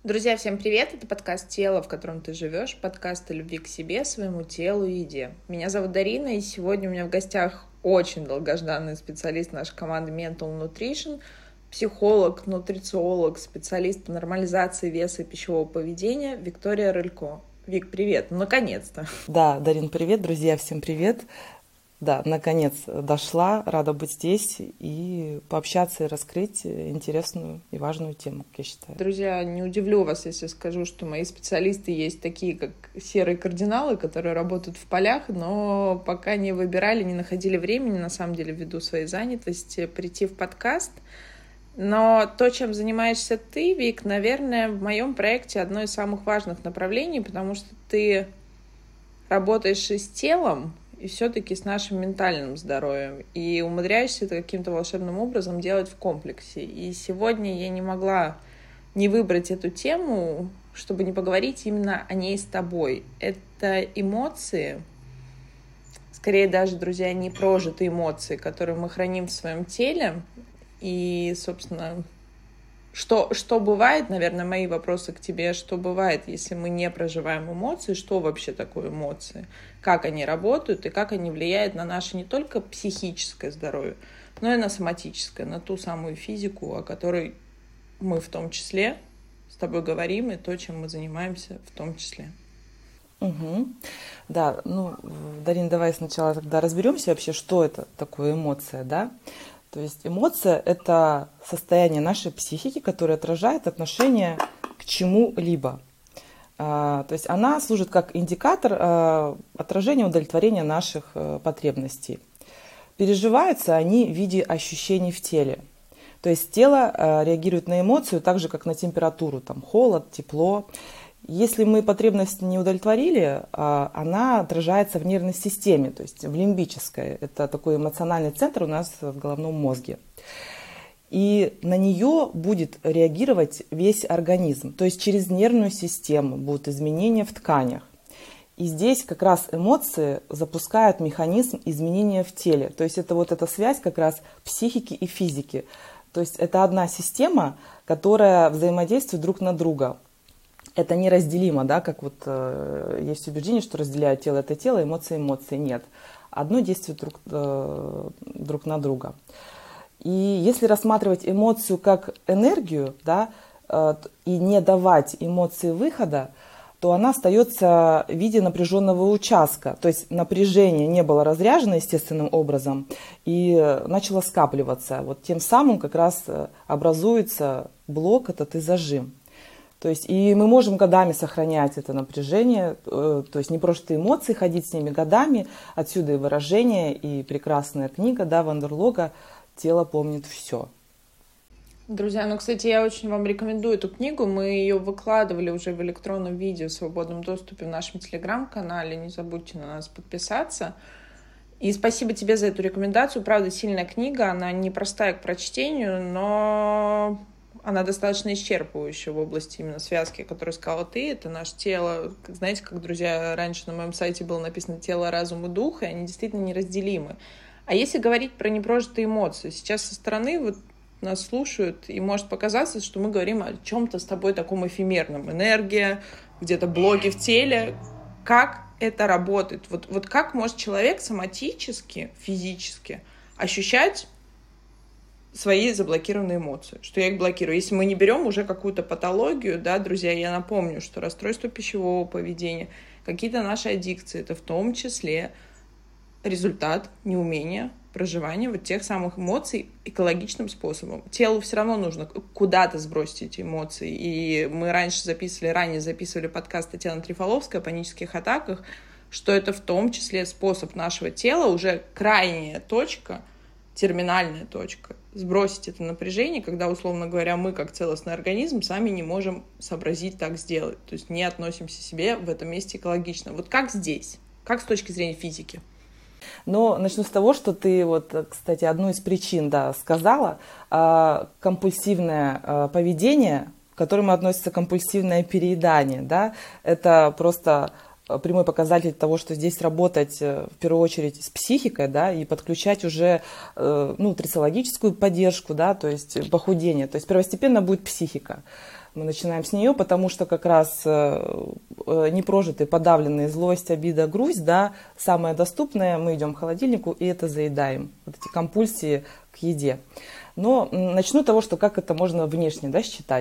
Друзья, всем привет! Это подкаст «Тело, в котором ты живешь», подкаст о любви к себе, своему телу и еде. Меня зовут Дарина, и сегодня у меня в гостях очень долгожданный специалист нашей команды Mental Nutrition, психолог, нутрициолог, специалист по нормализации веса и пищевого поведения Виктория Рылько. Вик, привет! Наконец-то! Да, Дарин, привет, друзья, всем привет! Да, наконец дошла, рада быть здесь и пообщаться и раскрыть интересную и важную тему, как я считаю. Друзья, не удивлю вас, если скажу, что мои специалисты есть такие, как серые кардиналы, которые работают в полях, но пока не выбирали, не находили времени, на самом деле, ввиду своей занятости, прийти в подкаст. Но то, чем занимаешься ты, Вик, наверное, в моем проекте одно из самых важных направлений, потому что ты работаешь и с телом, и все-таки с нашим ментальным здоровьем. И умудряешься это каким-то волшебным образом делать в комплексе. И сегодня я не могла не выбрать эту тему, чтобы не поговорить именно о ней с тобой. Это эмоции, скорее даже, друзья, не прожитые эмоции, которые мы храним в своем теле. И, собственно, что бывает, наверное, мои вопросы к тебе, что бывает, если мы не проживаем эмоции, что вообще такое эмоции, как они работают и как они влияют на наше не только психическое здоровье, но и на соматическое, на ту самую физику, о которой мы в том числе с тобой говорим, и то, чем мы занимаемся в том числе. Угу. Да, Дарин, давай сначала тогда разберемся вообще, что это такое эмоция, да? То есть эмоция – это состояние нашей психики, которое отражает отношение к чему-либо. То есть она служит как индикатор отражения удовлетворения наших потребностей. Переживаются они в виде ощущений в теле. То есть тело реагирует на эмоцию так же, как на температуру, там, холод, тепло. Если мы потребность не удовлетворили, она отражается в нервной системе, то есть в лимбической. Это такой эмоциональный центр у нас в головном мозге. И на нее будет реагировать весь организм. То есть через нервную систему будут изменения в тканях. И здесь как раз эмоции запускают механизм изменения в теле. То есть это вот эта связь как раз психики и физики. То есть это одна система, которая взаимодействует друг на друга. Это неразделимо, да, как вот есть убеждение, что разделяют тело это тело, эмоции нет. Одно действует друг на друга. И если рассматривать эмоцию как энергию, да, и не давать эмоции выхода, то она остается в виде напряженного участка. То есть напряжение не было разряжено естественным образом и начало скапливаться. Вот тем самым как раз образуется блок этот и зажим. То есть и мы можем годами сохранять это напряжение, то есть непрожитые эмоции, ходить с ними годами. Отсюда и выражение, и прекрасная книга, да, Вандерлога «Тело помнит все». Друзья, кстати, я очень вам рекомендую эту книгу. Мы ее выкладывали уже в электронном виде в свободном доступе в нашем телеграм-канале. Не забудьте на нас подписаться. И спасибо тебе за эту рекомендацию. Правда, сильная книга, она непростая к прочтению, но она достаточно исчерпывающая в области именно связки, которую сказала ты. Это наше тело. Знаете, как, друзья, раньше на моем сайте было написано «тело, разум и дух», и они действительно неразделимы. А если говорить про непрожитые эмоции, сейчас со стороны вот нас слушают, и может показаться, что мы говорим о чем-то с тобой таком эфемерном. Энергия, где-то блоки в теле. Как это работает? Вот как может человек соматически, физически ощущать свои заблокированные эмоции, что я их блокирую. Если мы не берем уже какую-то патологию, да, друзья, я напомню, что расстройство пищевого поведения, какие-то наши аддикции, это в том числе результат неумения проживания вот тех самых эмоций экологичным способом. Телу все равно нужно куда-то сбросить эти эмоции. И мы ранее записывали подкаст Татьяны Трифоловской о панических атаках, что это в том числе способ нашего тела, уже крайняя точка, терминальная точка, сбросить это напряжение, когда, условно говоря, мы, как целостный организм, сами не можем сообразить так сделать. То есть не относимся к себе в этом месте экологично. Вот как здесь? Как с точки зрения физики? Но начну с того, что ты, вот, кстати, одну из причин, да, сказала, компульсивное поведение, к которому относится компульсивное переедание, да, это просто прямой показатель того, что здесь работать в первую очередь с психикой, да, и подключать уже нутрициологическую поддержку, да, то есть похудение. То есть первостепенно будет психика. Мы начинаем с нее, потому что как раз непрожитые, подавленные злость, обида, грусть, да, самое доступное, мы идем к холодильнику и это заедаем. Вот эти компульсии к еде. Но начну с того, что как это можно внешне, да, считать.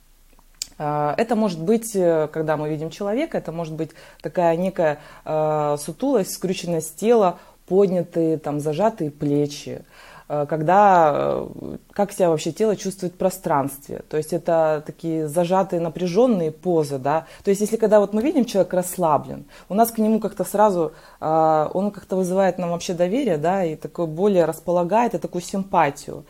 Это может быть, когда мы видим человека, это может быть такая некая сутулость, скрюченность тела, поднятые, там, зажатые плечи, когда, как себя вообще тело чувствует в пространстве. То есть это такие зажатые, напряженные позы, да. То есть если когда вот мы видим, человек расслаблен, у нас к нему как-то сразу, он как-то вызывает нам вообще доверие, да, и такое более располагает, и такую симпатию.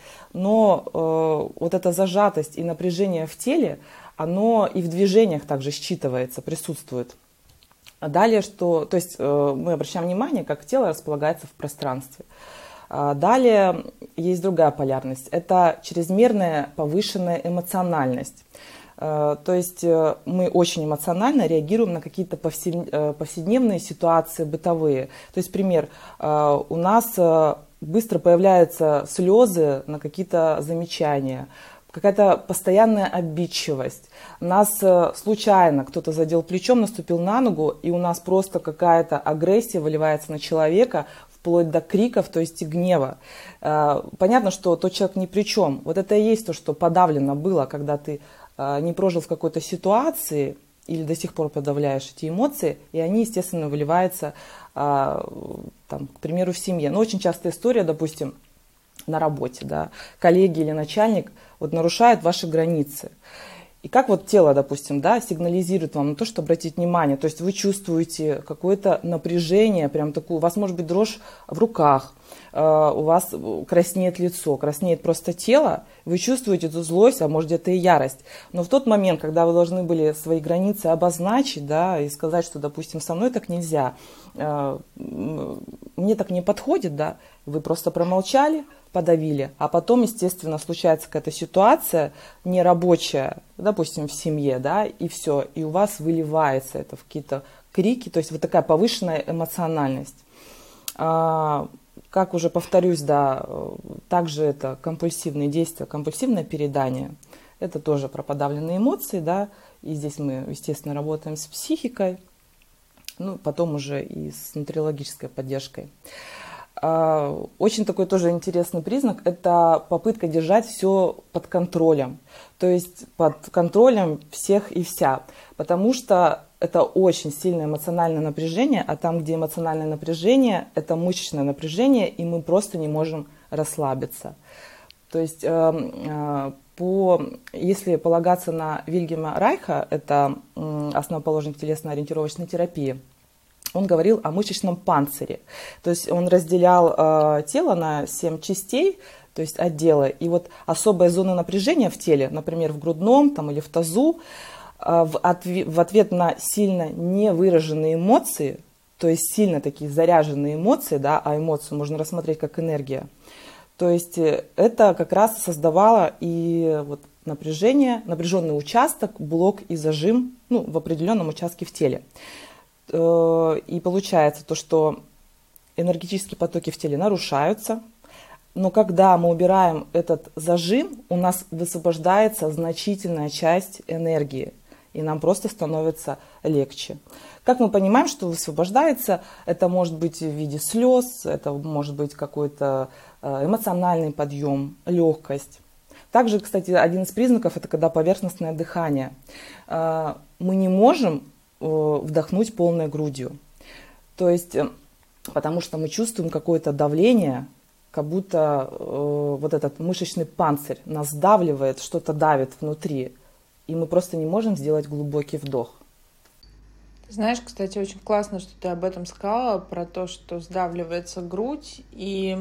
Но вот эта зажатость и напряжение в теле, оно и в движениях также считывается, присутствует. А далее, что, то есть мы обращаем внимание, как тело располагается в пространстве. Далее есть другая полярность. Это чрезмерная повышенная эмоциональность. То есть мы очень эмоционально реагируем на какие-то повседневные ситуации бытовые. То есть, пример, у нас быстро появляются слезы на какие-то замечания, какая-то постоянная обидчивость. Нас случайно кто-то задел плечом, наступил на ногу, и у нас просто какая-то агрессия выливается на человека, вплоть до криков, то есть и гнева. Понятно, что тот человек ни при чем. Вот это и есть то, что подавлено было, когда ты не прожил в какой-то ситуации или до сих пор подавляешь эти эмоции, и они, естественно, выливаются, там, к примеру, в семье. Но очень частая история, допустим, на работе, да, коллеги или начальник вот нарушает ваши границы. И как вот тело, допустим, да, сигнализирует вам на то, что обратить внимание. То есть вы чувствуете какое-то напряжение, прям такую, у вас может быть дрожь в руках, у вас краснеет лицо, краснеет просто тело, вы чувствуете эту злость, а может где-то и ярость. Но в тот момент, когда вы должны были свои границы обозначить, да, и сказать, что, допустим, со мной так нельзя, мне так не подходит, да, вы просто промолчали, подавили, а потом, естественно, случается какая-то ситуация нерабочая, допустим, в семье, да, и все, и у вас выливается это в какие-то крики, то есть вот такая повышенная эмоциональность. Как уже повторюсь, да, также это компульсивные действия, компульсивное переедание, это тоже про подавленные эмоции, да, и здесь мы, естественно, работаем с психикой, ну, потом уже и с нутриологической поддержкой. Очень такой тоже интересный признак – это попытка держать все под контролем. То есть под контролем всех и вся. Потому что это очень сильное эмоциональное напряжение, а там, где эмоциональное напряжение, это мышечное напряжение, и мы просто не можем расслабиться. То есть если полагаться на Вильгельма Райха, это основоположник телесно-ориентировочной терапии, он говорил о мышечном панцире. То есть он разделял тело на 7 частей, то есть отделы. И вот особая зона напряжения в теле, например, в грудном там, или в тазу, в ответ на сильно невыраженные эмоции, то есть сильно такие заряженные эмоции, да, а эмоцию можно рассмотреть как энергия, то есть это как раз создавало и вот напряжение, напряженный участок, блок и зажим, ну, в определенном участке в теле. И получается то, что энергетические потоки в теле нарушаются, но когда мы убираем этот зажим, у нас высвобождается значительная часть энергии, и нам просто становится легче. Как мы понимаем, что высвобождается, это может быть в виде слез, это может быть какой-то эмоциональный подъем, легкость. Также, кстати, один из признаков – это когда поверхностное дыхание. Мы не можем вдохнуть полной грудью. То есть, потому что мы чувствуем какое-то давление, как будто вот этот мышечный панцирь нас сдавливает, что-то давит внутри, и мы просто не можем сделать глубокий вдох. Ты знаешь, кстати, очень классно, что ты об этом сказала, про то, что сдавливается грудь, и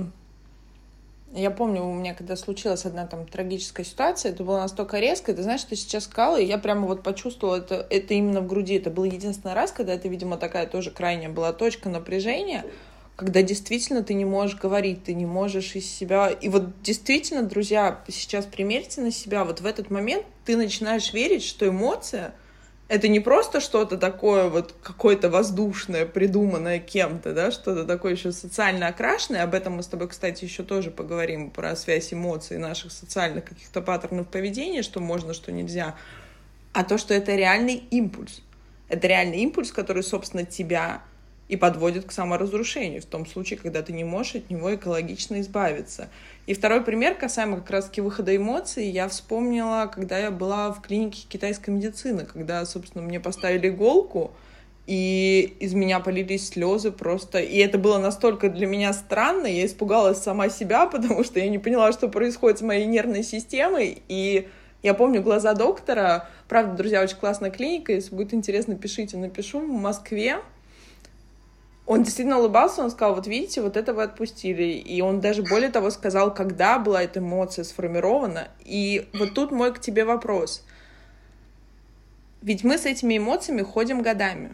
я помню, у меня когда случилась одна там трагическая ситуация, это было настолько резко, ты знаешь, что ты сейчас сказала, и я прямо вот почувствовала это именно в груди. Это был единственный раз, когда это, видимо, такая тоже крайняя была точка напряжения, когда действительно ты не можешь говорить, ты не можешь из себя... И вот действительно, друзья, сейчас примерьте на себя, вот в этот момент ты начинаешь верить, что эмоция — это не просто что-то такое вот какое-то воздушное, придуманное кем-то, да, что-то такое еще социально окрашенное. Об этом мы с тобой, кстати, еще тоже поговорим, про связь эмоций, наших социальных каких-то паттернов поведения, что можно, что нельзя. а то, что это реальный импульс. Это реальный импульс, который, собственно, тебя и подводит к саморазрушению, в том случае, когда ты не можешь от него экологично избавиться. И второй пример, касаемо как раз-таки выхода эмоций, я вспомнила, когда я была в клинике китайской медицины, когда, собственно, мне поставили иголку, и из меня полились слезы просто. И это было настолько для меня странно, я испугалась сама себя, потому что я не поняла, что происходит с моей нервной системой. И я помню глаза доктора. Правда, друзья, очень классная клиника, если будет интересно, пишите, напишу, в Москве. Он действительно улыбался, он сказал, вот видите, вот это вы отпустили. И он даже более того сказал, когда была эта эмоция сформирована. И вот тут мой к тебе вопрос. Ведь мы с этими эмоциями ходим годами.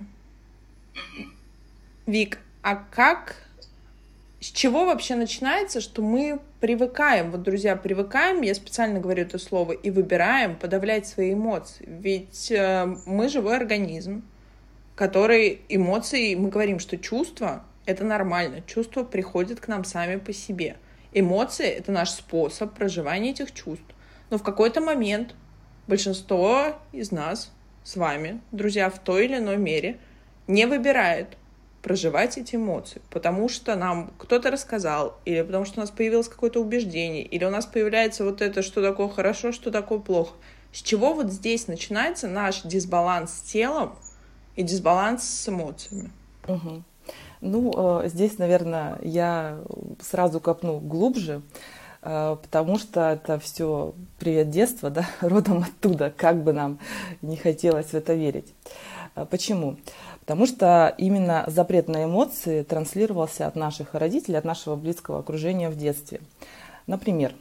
Вик, а как, с чего вообще начинается, что мы привыкаем, вот, друзья, привыкаем, я специально говорю это слово, и выбираем подавлять свои эмоции. Ведь мы живой организм, который эмоции, мы говорим, что чувства — это нормально, чувства приходят к нам сами по себе. Эмоции — это наш способ проживания этих чувств. Но в какой-то момент большинство из нас с вами, друзья, в той или иной мере не выбирает проживать эти эмоции, потому что нам кто-то рассказал, или потому что у нас появилось какое-то убеждение, или у нас появляется вот это, что такое хорошо, что такое плохо. С чего вот здесь начинается наш дисбаланс с телом и дисбаланс с эмоциями? Угу. Ну, здесь, наверное, я сразу копну глубже, потому что это все привет детства, да, родом оттуда, как бы нам не хотелось в это верить. Почему? Потому что именно запрет на эмоции транслировался от наших родителей, от нашего близкого окружения в детстве. Например,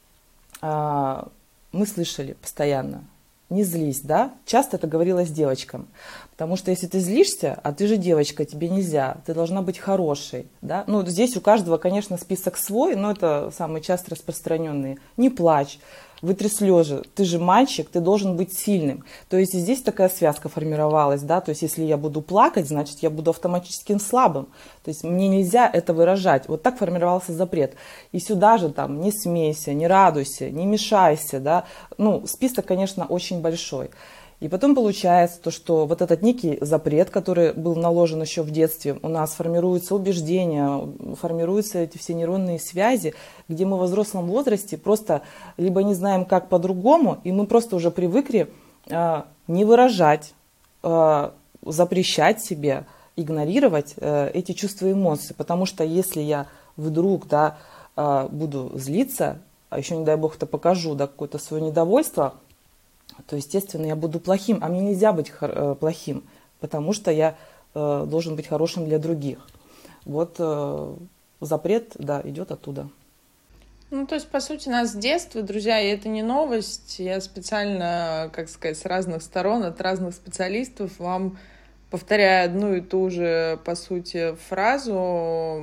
мы слышали постоянно: не злись, да? Часто это говорилось девочкам. Потому что если ты злишься, а ты же девочка, тебе нельзя, ты должна быть хорошей, да? Ну, здесь у каждого, конечно, список свой, но это самые часто распространенные. Не плачь, вытри слезы, ты же мальчик, ты должен быть сильным. То есть здесь такая связка формировалась, да? То есть если я буду плакать, значит, я буду автоматически слабым. То есть мне нельзя это выражать. Вот так формировался запрет. И сюда же там не смейся, не радуйся, не мешайся, да? Ну, список, конечно, очень большой. И потом получается то, что вот этот некий запрет, который был наложен еще в детстве, у нас формируются убеждения, формируются эти все нейронные связи, где мы во взрослом возрасте просто либо не знаем, как по-другому, и мы просто уже привыкли не выражать, запрещать себе, игнорировать эти чувства и эмоции. Потому что если я вдруг, да, буду злиться, а еще, не дай бог, это покажу, да, какое-то свое недовольство, то, естественно, я буду плохим, а мне нельзя быть плохим, потому что я должен быть хорошим для других. Вот запрет, да, идет оттуда. Ну, то есть, по сути, нас с детства, друзья, и это не новость, я специально, как сказать, с разных сторон, от разных специалистов вам повторяю одну и ту же, по сути, фразу,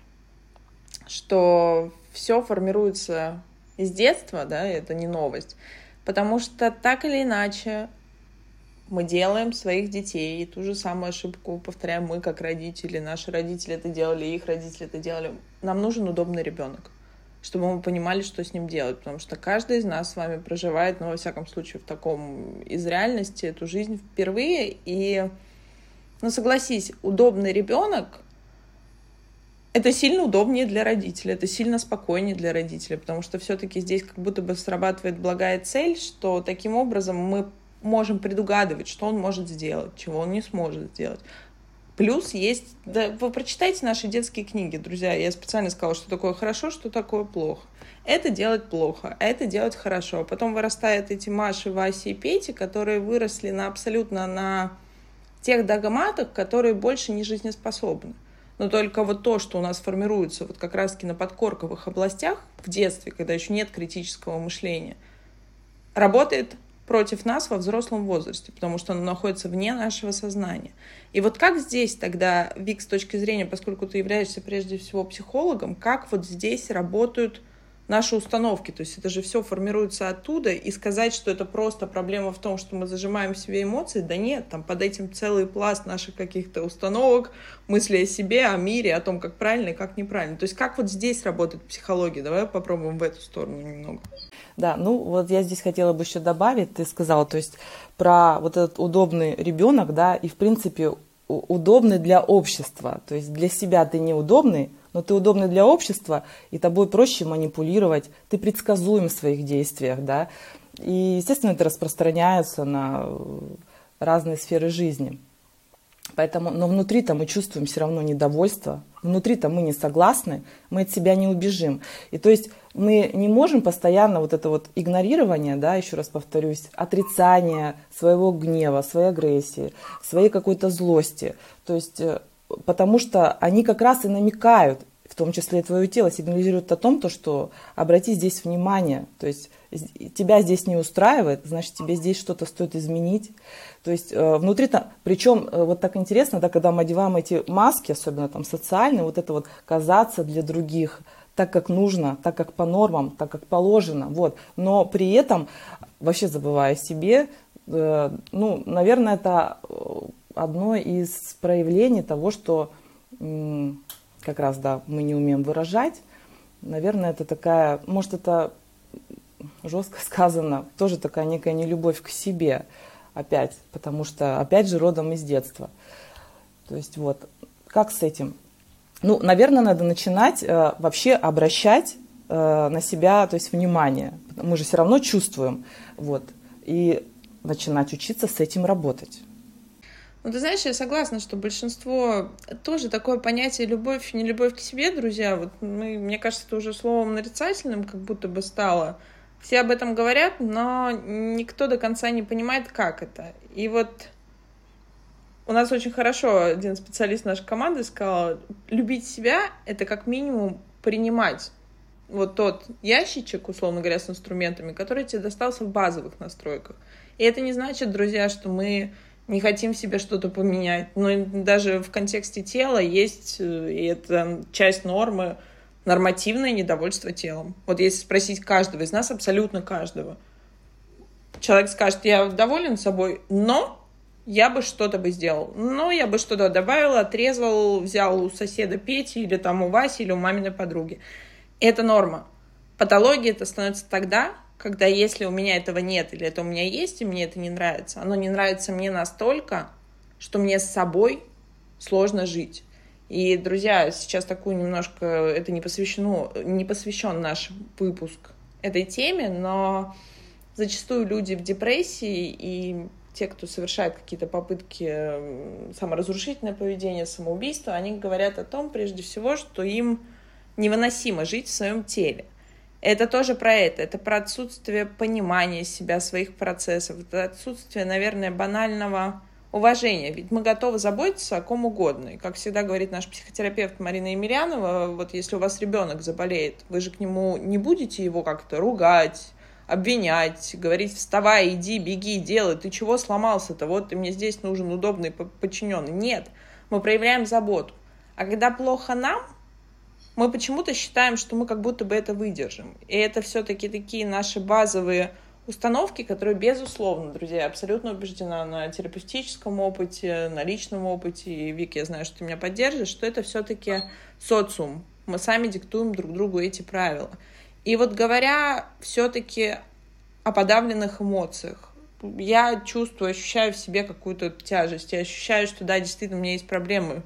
что все формируется из детства, да, это не новость. Потому что так или иначе мы делаем своих детей, и ту же самую ошибку повторяем мы как родители, наши родители это делали, их родители это делали. Нам нужен удобный ребенок, чтобы мы понимали, что с ним делать, потому что каждый из нас с вами проживает, ну, во всяком случае, в таком из реальности эту жизнь впервые. И, ну, согласись, удобный ребенок это сильно удобнее для родителей, это сильно спокойнее для родителей, потому что все-таки здесь как будто бы срабатывает благая цель, что таким образом мы можем предугадывать, что он может сделать, чего он не сможет сделать. Плюс есть... Да, вы прочитайте наши детские книги, друзья. Я специально сказала, что такое хорошо, что такое плохо. Это делать плохо, а это делать хорошо. А потом вырастают эти Маши, Васи и Пети, которые выросли абсолютно на тех догматах, которые больше не жизнеспособны. Но только вот то, что у нас формируется вот как раз-таки на подкорковых областях в детстве, когда еще нет критического мышления, работает против нас во взрослом возрасте, потому что оно находится вне нашего сознания. И вот как здесь тогда, Вик, с точки зрения, поскольку ты являешься прежде всего психологом, как вот здесь работают наши установки. То есть это же все формируется оттуда, и сказать, что это просто проблема в том, что мы зажимаем в себе эмоции, да нет, там под этим целый пласт наших каких-то установок, мыслей о себе, о мире, о том, как правильно и как неправильно. То есть как вот здесь работает психология? Давай попробуем в эту сторону немного. Да, ну вот я здесь хотела бы еще добавить, ты сказала, то есть про вот этот удобный ребенок, да, и в принципе удобный для общества, то есть для себя ты неудобный, но ты удобный для общества, и тобой проще манипулировать, ты предсказуем в своих действиях, да, и, естественно, это распространяется на разные сферы жизни. Поэтому, но внутри-то мы чувствуем все равно недовольство, внутри-то мы не согласны, мы от себя не убежим. И то есть мы не можем постоянно вот это вот игнорирование, да, еще раз повторюсь, отрицание своего гнева, своей агрессии, своей какой-то злости. То есть потому что они как раз и намекают, в том числе и твое тело, сигнализируют о том, что обрати здесь внимание, то есть тебя здесь не устраивает, значит, тебе здесь что-то стоит изменить. То есть внутри-то, причем вот так интересно, да, когда мы одеваем эти маски, особенно там социальные, вот это вот казаться для других, так как нужно, так как по нормам, так как положено, вот. Но при этом, вообще забывая о себе, ну, наверное, это одно из проявлений того, что как раз, да, мы не умеем выражать. Наверное, это такая, может, это жестко сказано, тоже такая некая нелюбовь к себе опять, потому что, опять же, родом из детства. То есть вот, как с этим? Ну, наверное, надо начинать вообще обращать на себя, то есть внимание. Мы же все равно чувствуем, вот, и начинать учиться с этим работать. Ну, ты знаешь, я согласна, что большинство тоже такое понятие любовь, не любовь к себе, друзья. Вот мне кажется, это уже словом нарицательным как будто бы стало. Все об этом говорят, но никто до конца не понимает, как это. И вот у нас очень хорошо один специалист нашей команды сказал, любить себя — это как минимум принимать вот тот ящичек, условно говоря, с инструментами, который тебе достался в базовых настройках. И это не значит, друзья, что мы не хотим в себе что-то поменять. Но даже в контексте тела есть, и это часть нормы, нормативное недовольство телом. Вот если спросить каждого из нас, абсолютно каждого, человек скажет, я доволен собой, но я бы что-то бы сделал. Но я бы что-то добавил, отрезал, взял у соседа Пети или там у Васи или у маминой подруги. Это норма. Патология это становится тогда, когда если у меня этого нет или это у меня есть, и мне это не нравится, оно не нравится мне настолько, что мне с собой сложно жить. И, друзья, сейчас такую немножко, это не посвящен наш выпуск этой теме, но зачастую люди в депрессии и те, кто совершает какие-то попытки саморазрушительное поведение, самоубийства, они говорят о том, прежде всего, что им невыносимо жить в своем теле. Это тоже про это про отсутствие понимания себя, своих процессов, это отсутствие, наверное, банального уважения. Ведь мы готовы заботиться о ком угодно. И, как всегда говорит наш психотерапевт Марина Емельянова, вот если у вас ребенок заболеет, вы же к нему не будете его как-то ругать, обвинять, говорить, вставай, иди, беги, делай, ты чего сломался-то, вот ты мне здесь нужен удобный подчиненный. Нет, мы проявляем заботу. А когда плохо нам, мы почему-то считаем, что мы как будто бы это выдержим. И это все-таки такие наши базовые установки, которые, безусловно, друзья, я абсолютно убеждена на терапевтическом опыте, на личном опыте, и, Вик, я знаю, что ты меня поддержишь, что это все-таки социум. Мы сами диктуем друг другу эти правила. И вот говоря все-таки о подавленных эмоциях, я чувствую, ощущаю в себе какую-то тяжесть, я ощущаю, что да, действительно, у меня есть проблемы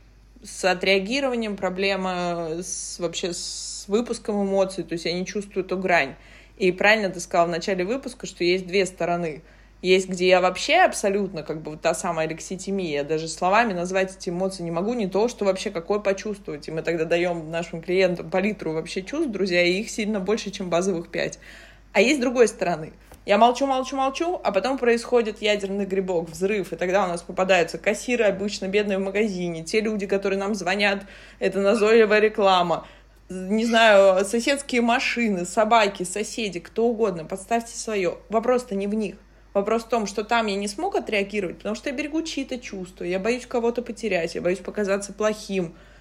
с отреагированием, проблема вообще с выпуском эмоций, то есть я не чувствую эту грань. И правильно ты сказала в начале выпуска, что есть две стороны. Есть, где я вообще абсолютно, как бы, вот та самая алекситимия, я даже словами назвать эти эмоции не могу, не то, что вообще какое почувствовать. И мы тогда даем нашим клиентам палитру вообще чувств, друзья, и их сильно больше, чем базовых 5. А есть с другой стороны. Я молчу, а потом происходит ядерный грибок, взрыв, и тогда у нас попадаются кассиры, обычно бедные в магазине, те люди, которые нам звонят, это назойливая реклама, не знаю, соседские машины, собаки, соседи, кто угодно, подставьте свое. Вопрос-то не в них. Вопрос в том, что там я не смог отреагировать, потому что я берегу чьи-то чувства, я боюсь кого-то потерять, я боюсь показаться плохим,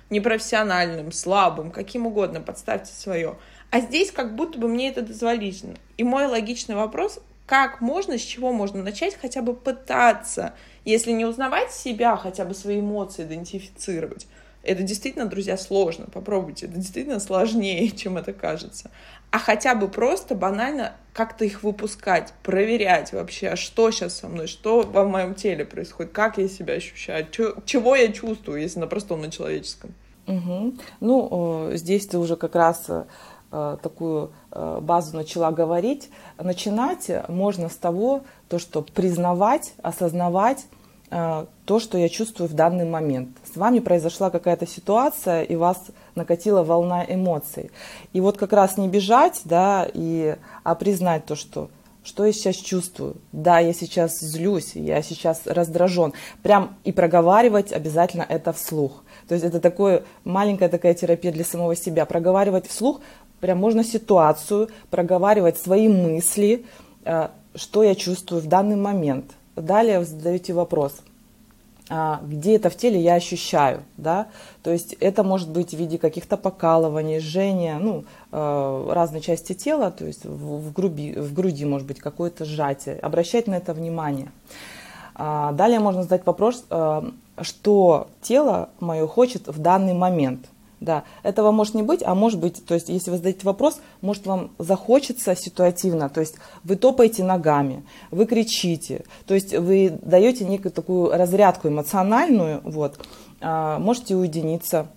непрофессиональным, слабым, каким угодно, подставьте свое. А здесь как будто бы мне это дозволительно. И мой логичный вопрос, как можно, с чего можно начать хотя бы пытаться, если не узнавать себя, хотя бы свои эмоции идентифицировать. Это действительно, друзья, сложно. Попробуйте. Это действительно сложнее, чем это кажется. А хотя бы просто банально как-то их выпускать, проверять вообще, а что сейчас со мной, что во моем теле происходит, как я себя ощущаю, чего я чувствую, если на простом, на человеческом. Угу. Ну, здесь ты уже как раз такую базу начала говорить. Начинать можно с того, что признавать, осознавать то, что я чувствую в данный момент. С вами произошла какая-то ситуация, и вас накатила волна эмоций. И вот как раз не бежать, да, а признать то, что я сейчас чувствую. Да, я сейчас злюсь, я сейчас раздражен. Прям и проговаривать обязательно это вслух. То есть это маленькая такая терапия для самого себя. Проговаривать вслух, прям можно ситуацию, проговаривать свои мысли, что я чувствую в данный момент. Далее вы задаете вопрос, где это в теле я ощущаю, да? То есть это может быть в виде каких-то покалываний, жжения, разные части тела, то есть в груди может быть какое-то сжатие. Обращать на это внимание. Далее можно задать вопрос, что тело мое хочет в данный момент. Да, этого может не быть, а может быть, то есть если вы задаете вопрос, может вам захочется ситуативно, то есть вы топаете ногами, вы кричите, то есть вы даете некую такую разрядку эмоциональную, можете уединиться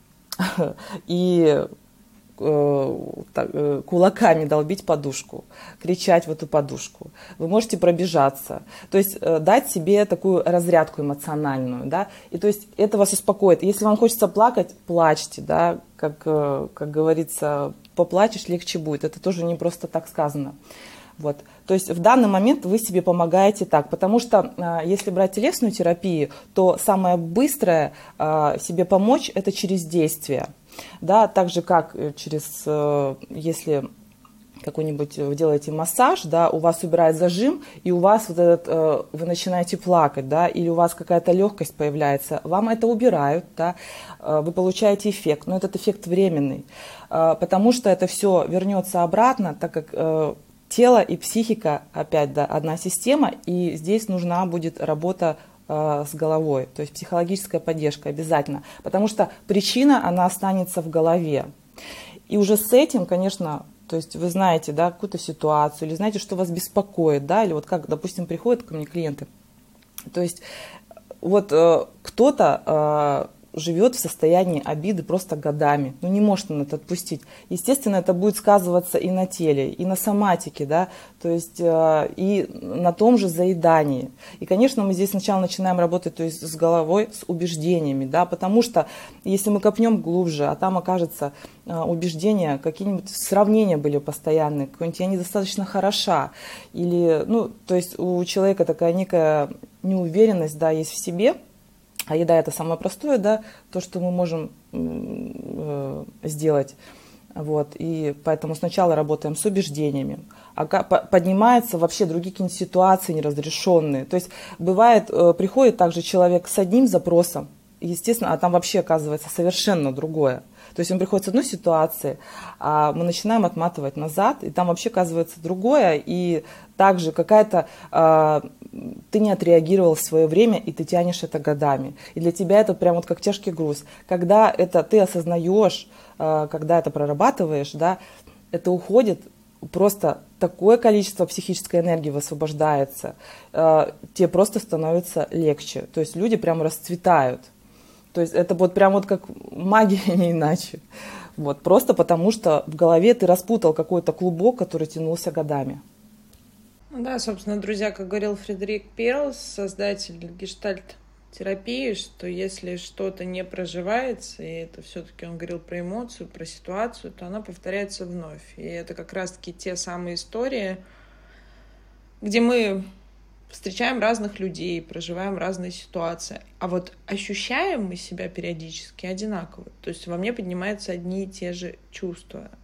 и кулаками долбить подушку, кричать в эту подушку. Вы можете пробежаться, то есть дать себе такую разрядку эмоциональную, да, и то есть это вас успокоит. Если вам хочется плакать, плачьте, да, как говорится, поплачешь, легче будет. Это тоже не просто так сказано. То есть в данный момент вы себе помогаете так, потому что если брать телесную терапию, то самое быстрое себе помочь – это через действие. Да, так же, как если какой-нибудь вы делаете массаж, да, у вас убирает зажим, и у вас вы начинаете плакать, да, или у вас какая-то легкость появляется, вам это убирают, да, вы получаете эффект, но этот эффект временный, потому что это все вернется обратно, так как тело и психика, опять, да, одна система, и здесь нужна будет работа с головой, то есть психологическая поддержка обязательно, потому что причина, она останется в голове. И уже с этим, конечно, то есть вы знаете, да, какую-то ситуацию, или знаете, что вас беспокоит, да, или как, допустим, приходят ко мне клиенты, то есть кто-то живет в состоянии обиды просто годами, не может он это отпустить. Естественно, это будет сказываться и на теле, и на соматике, да, то есть и на том же заедании. И, конечно, мы здесь сначала начинаем работать, то есть с головой, с убеждениями, да, потому что если мы копнем глубже, а там окажется убеждения, какие-нибудь сравнения были постоянные, какой-нибудь я недостаточно хороша, или, то есть у человека такая некая неуверенность, да, есть в себе. А еда – это самое простое, да, то, что мы можем сделать. И поэтому сначала работаем с убеждениями. Поднимаются вообще другие какие-нибудь ситуации неразрешенные. То есть бывает, приходит также человек с одним запросом, естественно, а там вообще оказывается совершенно другое. То есть он приходит с одной ситуации, а мы начинаем отматывать назад, и там вообще оказывается другое, и также какая-то ты не отреагировал в свое время, и ты тянешь это годами. И для тебя это прям как тяжкий груз. Когда это ты осознаешь, когда это прорабатываешь, да, это уходит просто такое количество психической энергии высвобождается, тебе просто становится легче. То есть люди прям расцветают. То есть это прям как магия, не иначе. Просто потому что в голове ты распутал какой-то клубок, который тянулся годами. Да, собственно, друзья, как говорил Фредерик Перлс, создатель гештальт-терапии, что если что-то не проживается, и это все-таки он говорил про эмоцию, про ситуацию, то она повторяется вновь. И это как раз-таки те самые истории, где мы встречаем разных людей, проживаем разные ситуации, а ощущаем мы себя периодически одинаково. То есть во мне поднимаются одни и те же чувства.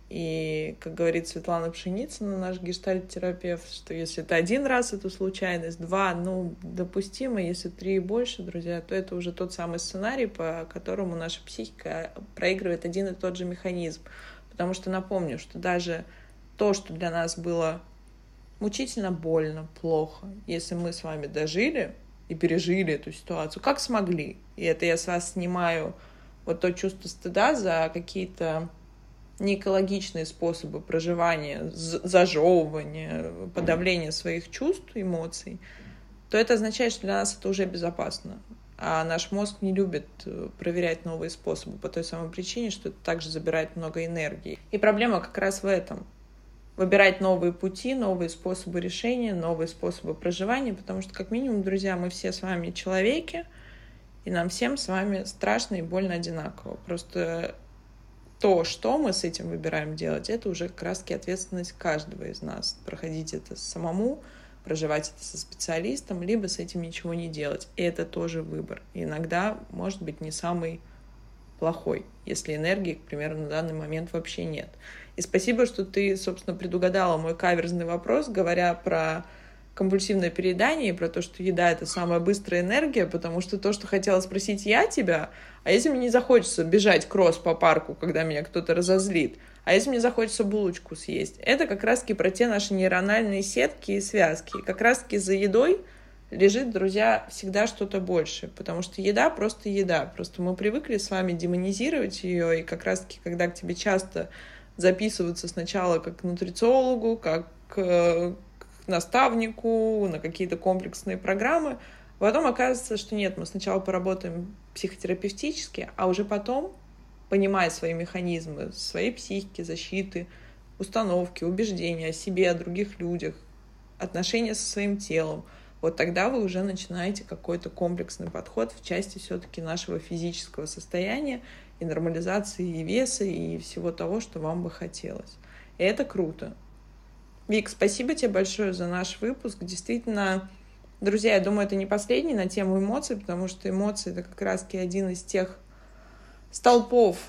И, как говорит Светлана Пшеницына, наш гештальт-терапевт, что если это 1 раз, это случайность, 2, допустимо, если 3 и больше, друзья, то это уже тот самый сценарий, по которому наша психика проигрывает один и тот же механизм. Потому что напомню, что даже то, что для нас было мучительно больно, плохо, если мы с вами дожили и пережили эту ситуацию, как смогли. И это я с вас снимаю вот то чувство стыда за какие-то неэкологичные способы проживания, зажевывания, подавления своих чувств, эмоций, то это означает, что для нас это уже безопасно. А наш мозг не любит проверять новые способы по той самой причине, что это также забирает много энергии. И проблема как раз в этом. Выбирать новые пути, новые способы решения, новые способы проживания, потому что, как минимум, друзья, мы все с вами человеки, и нам всем с вами страшно и больно одинаково. Просто то, что мы с этим выбираем делать, это уже как раз-таки ответственность каждого из нас. Проходить это самому, проживать это со специалистом, либо с этим ничего не делать. И это тоже выбор. И иногда, может быть, не самый плохой, если энергии, к примеру, на данный момент вообще нет. И спасибо, что ты, собственно, предугадала мой каверзный вопрос, говоря про компульсивное переедание и про то, что еда — это самая быстрая энергия, потому что то, что хотела спросить я тебя, а если мне не захочется бежать кросс по парку, когда меня кто-то разозлит, а если мне захочется булочку съесть, это как раз-таки про те наши нейрональные сетки и связки. И как раз-таки за едой лежит, друзья, всегда что-то большее, потому что еда просто еда. Просто мы привыкли с вами демонизировать ее, и как раз-таки, когда к тебе часто записываются сначала как к нутрициологу, как к наставнику, на какие-то комплексные программы, потом оказывается, что нет, мы сначала поработаем психотерапевтически, а уже потом, понимая свои механизмы, своей психики, защиты, установки, убеждения о себе, о других людях, отношения со своим телом, вот тогда вы уже начинаете какой-то комплексный подход в части все-таки нашего физического состояния и нормализации и веса, и всего того, что вам бы хотелось. И это круто. Вик, спасибо тебе большое за наш выпуск. Действительно, друзья, я думаю, это не последний на тему эмоций, потому что эмоции — это как раз-таки один из тех столпов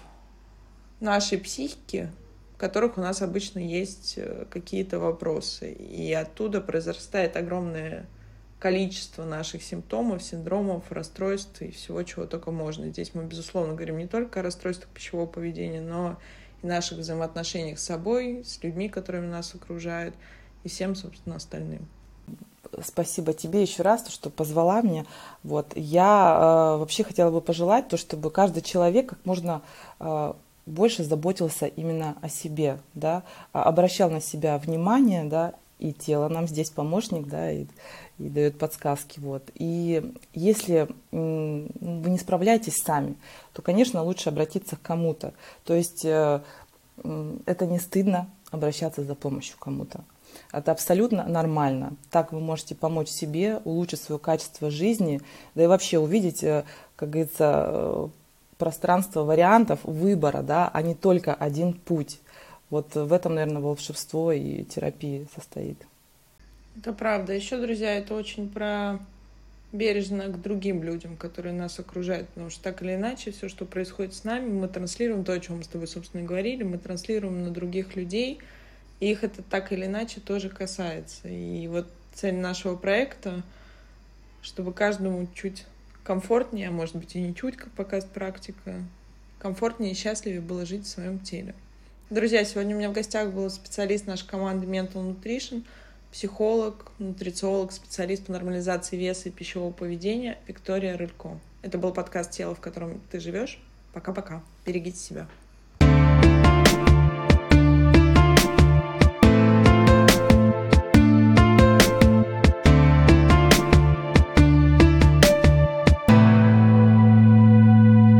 нашей психики, в которых у нас обычно есть какие-то вопросы. И оттуда произрастает огромное количество наших симптомов, синдромов, расстройств и всего, чего только можно. Здесь мы, безусловно, говорим не только о расстройствах пищевого поведения, но и наших взаимоотношениях с собой, с людьми, которыми нас окружают, и всем, собственно, остальным. Спасибо тебе еще раз, что позвала меня. Вот. Я вообще хотела бы пожелать то, чтобы каждый человек как можно больше заботился именно о себе, да, обращал на себя внимание, да, и тело нам здесь помощник, да, и дает подсказки. Вот. И если вы не справляетесь сами, то, конечно, лучше обратиться к кому-то. То есть это не стыдно обращаться за помощью к кому-то. Это абсолютно нормально. Так вы можете помочь себе, улучшить свое качество жизни, да и вообще увидеть, как говорится, пространство вариантов выбора, да, а не только один путь. Вот в этом, наверное, волшебство и терапия состоит. Это правда. Еще, друзья, это очень про бережно к другим людям, которые нас окружают, потому что так или иначе все, что происходит с нами, мы транслируем то, о чем мы с тобой, собственно, говорили, мы транслируем на других людей, и их это так или иначе тоже касается. И вот цель нашего проекта, чтобы каждому чуть комфортнее, а может быть и не чуть, как показывает практика, комфортнее и счастливее было жить в своем теле. Друзья, сегодня у меня в гостях был специалист нашей команды Mental Nutrition, психолог, нутрициолог, специалист по нормализации веса и пищевого поведения Виктория Рылько. Это был подкаст «Тело, в котором ты живешь». Пока-пока. Берегите себя.